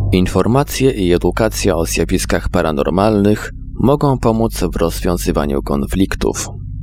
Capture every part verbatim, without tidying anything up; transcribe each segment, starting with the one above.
Informacje i edukacja o zjawiskach paranormalnych mogą pomóc w rozwiązywaniu konfliktów.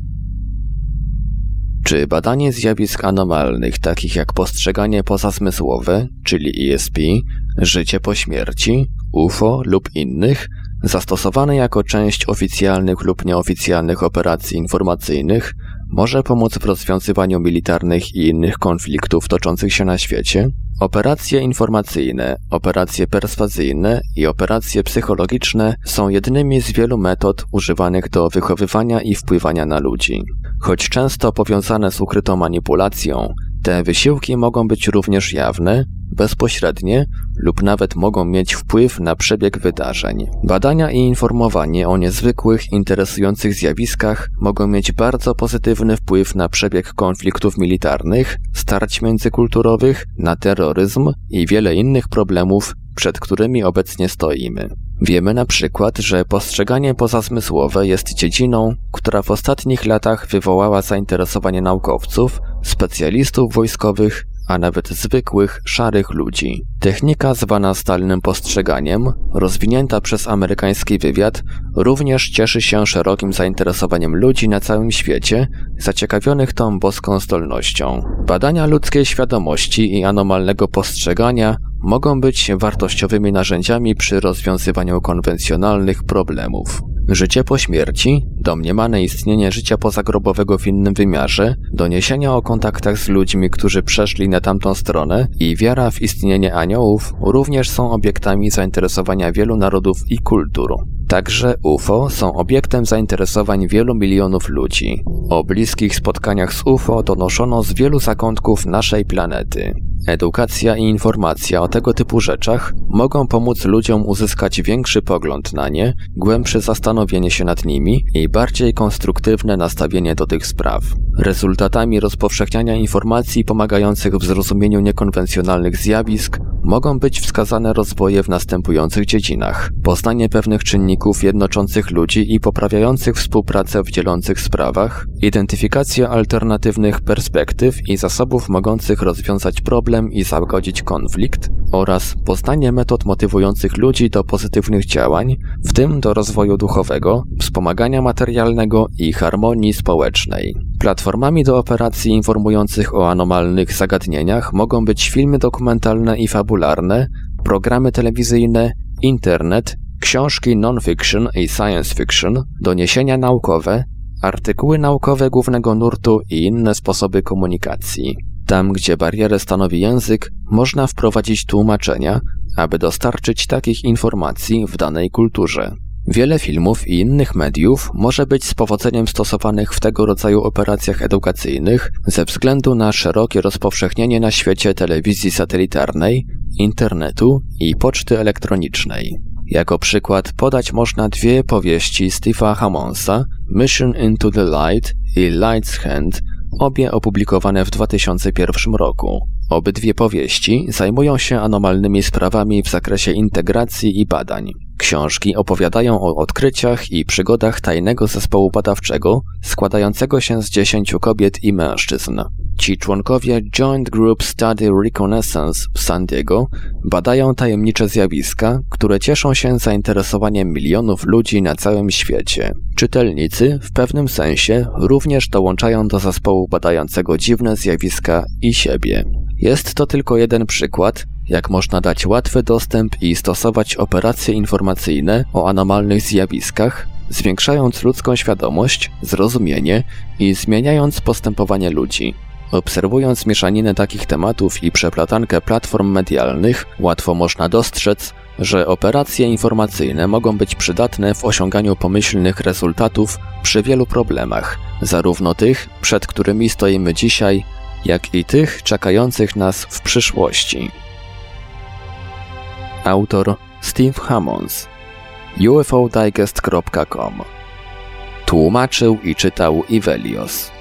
Czy badanie zjawisk anomalnych, takich jak postrzeganie pozazmysłowe, czyli E S P, życie po śmierci, U F O lub innych, zastosowane jako część oficjalnych lub nieoficjalnych operacji informacyjnych, może pomóc w rozwiązywaniu militarnych i innych konfliktów toczących się na świecie? Operacje informacyjne, operacje perswazyjne i operacje psychologiczne są jednymi z wielu metod używanych do wychowywania i wpływania na ludzi. Choć często powiązane z ukrytą manipulacją, te wysiłki mogą być również jawne, bezpośrednie lub nawet mogą mieć wpływ na przebieg wydarzeń. Badania i informowanie o niezwykłych, interesujących zjawiskach mogą mieć bardzo pozytywny wpływ na przebieg konfliktów militarnych, starć międzykulturowych, na terroryzm i wiele innych problemów, przed którymi obecnie stoimy. Wiemy na przykład, że postrzeganie pozazmysłowe jest dziedziną, która w ostatnich latach wywołała zainteresowanie naukowców, specjalistów wojskowych, a nawet zwykłych, szarych ludzi. Technika zwana stalnym postrzeganiem, rozwinięta przez amerykański wywiad, również cieszy się szerokim zainteresowaniem ludzi na całym świecie, zaciekawionych tą boską zdolnością. Badania ludzkiej świadomości i anomalnego postrzegania mogą być wartościowymi narzędziami przy rozwiązywaniu konwencjonalnych problemów. Życie po śmierci, domniemane istnienie życia pozagrobowego w innym wymiarze, doniesienia o kontaktach z ludźmi, którzy przeszli na tamtą stronę i wiara w istnienie aniołów również są obiektami zainteresowania wielu narodów i kultur. Także U F O są obiektem zainteresowań wielu milionów ludzi. O bliskich spotkaniach z U F O donoszono z wielu zakątków naszej planety. Edukacja i informacja o tego typu rzeczach mogą pomóc ludziom uzyskać większy pogląd na nie, głębsze zastanowienie się nad nimi i bardziej konstruktywne nastawienie do tych spraw. Rezultatami rozpowszechniania informacji pomagających w zrozumieniu niekonwencjonalnych zjawisk mogą być wskazane rozwoje w następujących dziedzinach: poznanie pewnych czynników jednoczących ludzi i poprawiających współpracę w dzielących sprawach, identyfikacja alternatywnych perspektyw i zasobów mogących rozwiązać problem i zagodzić konflikt, oraz poznanie metod motywujących ludzi do pozytywnych działań, w tym do rozwoju duchowego, wspomagania materialnego i harmonii społecznej. Platformami do operacji informujących o anomalnych zagadnieniach mogą być filmy dokumentalne i fabularne, programy telewizyjne, internet, książki non-fiction i science fiction, doniesienia naukowe, artykuły naukowe głównego nurtu i inne sposoby komunikacji. Tam, gdzie barierę stanowi język, można wprowadzić tłumaczenia, aby dostarczyć takich informacji w danej kulturze. Wiele filmów i innych mediów może być z powodzeniem stosowanych w tego rodzaju operacjach edukacyjnych ze względu na szerokie rozpowszechnienie na świecie telewizji satelitarnej, internetu i poczty elektronicznej. Jako przykład podać można dwie powieści Steve'a Hammonsa, Mission into the Light i Light's Hand, obie opublikowane w dwa tysiące pierwszym roku. Obydwie powieści zajmują się anomalnymi sprawami w zakresie integracji i badań. Książki opowiadają o odkryciach i przygodach tajnego zespołu badawczego składającego się z dziesięciu kobiet i mężczyzn. Ci członkowie Joint Group Study Reconnaissance w San Diego badają tajemnicze zjawiska, które cieszą się zainteresowaniem milionów ludzi na całym świecie. Czytelnicy w pewnym sensie również dołączają do zespołu badającego dziwne zjawiska i siebie. Jest to tylko jeden przykład, jak można dać łatwy dostęp i stosować operacje informacyjne o anomalnych zjawiskach, zwiększając ludzką świadomość, zrozumienie i zmieniając postępowanie ludzi. Obserwując mieszaninę takich tematów i przeplatankę platform medialnych, łatwo można dostrzec, że operacje informacyjne mogą być przydatne w osiąganiu pomyślnych rezultatów przy wielu problemach, zarówno tych, przed którymi stoimy dzisiaj, jak i tych czekających nas w przyszłości. Autor Steve Hammons, U F O digest kropka com. Tłumaczył i czytał Ivelios.